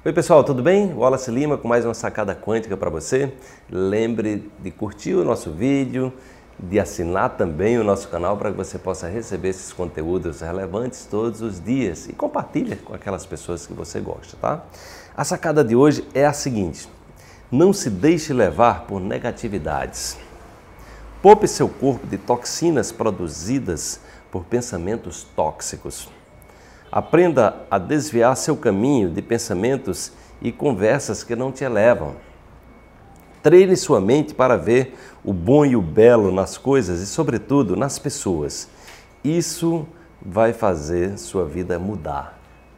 Oi pessoal, tudo bem? Wallace Lima com mais uma sacada quântica para você. Lembre de curtir o nosso vídeo, de assinar também o nosso canal para que você possa receber esses conteúdos relevantes todos os dias e compartilhe com aquelas pessoas que você gosta, tá? A sacada de hoje é a seguinte: não se deixe levar por negatividades. Poupe seu corpo de toxinas produzidas por pensamentos tóxicos. Aprenda a desviar seu caminho de pensamentos e conversas que não te elevam. Treine sua mente para ver o bom e o belo nas coisas e, sobretudo, nas pessoas. Isso vai fazer sua vida mudar.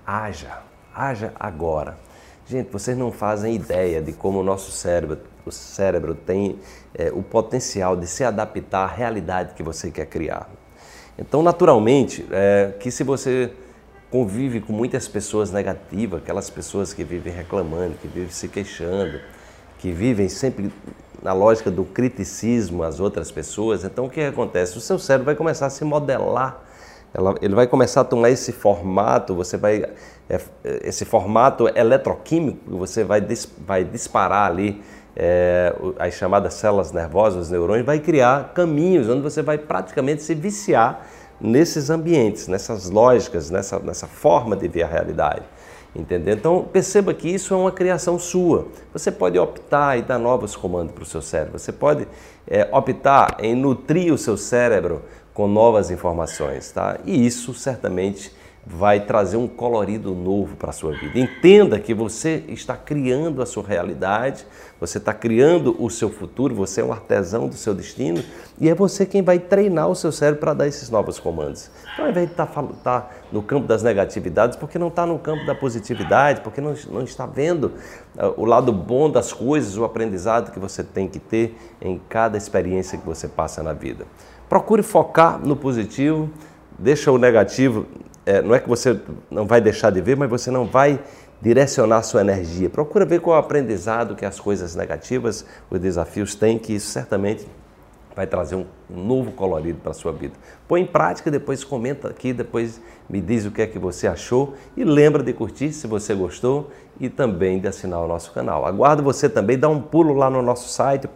Haja agora. Gente, vocês não fazem ideia de como o cérebro tem o potencial de se adaptar à realidade que você quer criar. Então, naturalmente, que se você convive com muitas pessoas negativas, aquelas pessoas que vivem reclamando, que vivem se queixando, que vivem sempre na lógica do criticismo às outras pessoas, então o que acontece? O seu cérebro vai começar a se modelar, ele vai começar a tomar esse formato, esse formato eletroquímico, você vai disparar ali as chamadas células nervosas, os neurônios, vai criar caminhos onde você vai praticamente se viciar nesses ambientes, nessas lógicas, nessa forma de ver a realidade, entendeu? Então perceba que isso é uma criação sua. Você pode optar e dar novos comandos para o seu cérebro, você pode optar em nutrir o seu cérebro com novas informações, tá? E isso certamente vai trazer um colorido novo para a sua vida. Entenda que você está criando a sua realidade, você está criando o seu futuro, você é um artesão do seu destino e é você quem vai treinar o seu cérebro para dar esses novos comandos. Então, ao invés de estar no campo das negatividades, porque não está no campo da positividade, porque não está vendo o lado bom das coisas, o aprendizado que você tem que ter em cada experiência que você passa na vida. Procure focar no positivo, deixa o negativo. Não é que você não vai deixar de ver, mas você não vai direcionar sua energia. Procura ver qual é o aprendizado que as coisas negativas, os desafios têm, que isso certamente vai trazer um novo colorido para a sua vida. Põe em prática, depois comenta aqui, depois me diz o que é que você achou e lembra de curtir se você gostou e também de assinar o nosso canal. Aguardo você também, dá um pulo lá no nosso site,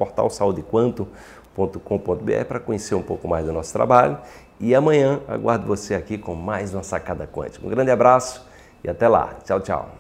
portalsaudequanto.com.br, para conhecer um pouco mais do nosso trabalho. E amanhã aguardo você aqui com mais uma sacada quântica. Um grande abraço e até lá. Tchau, tchau.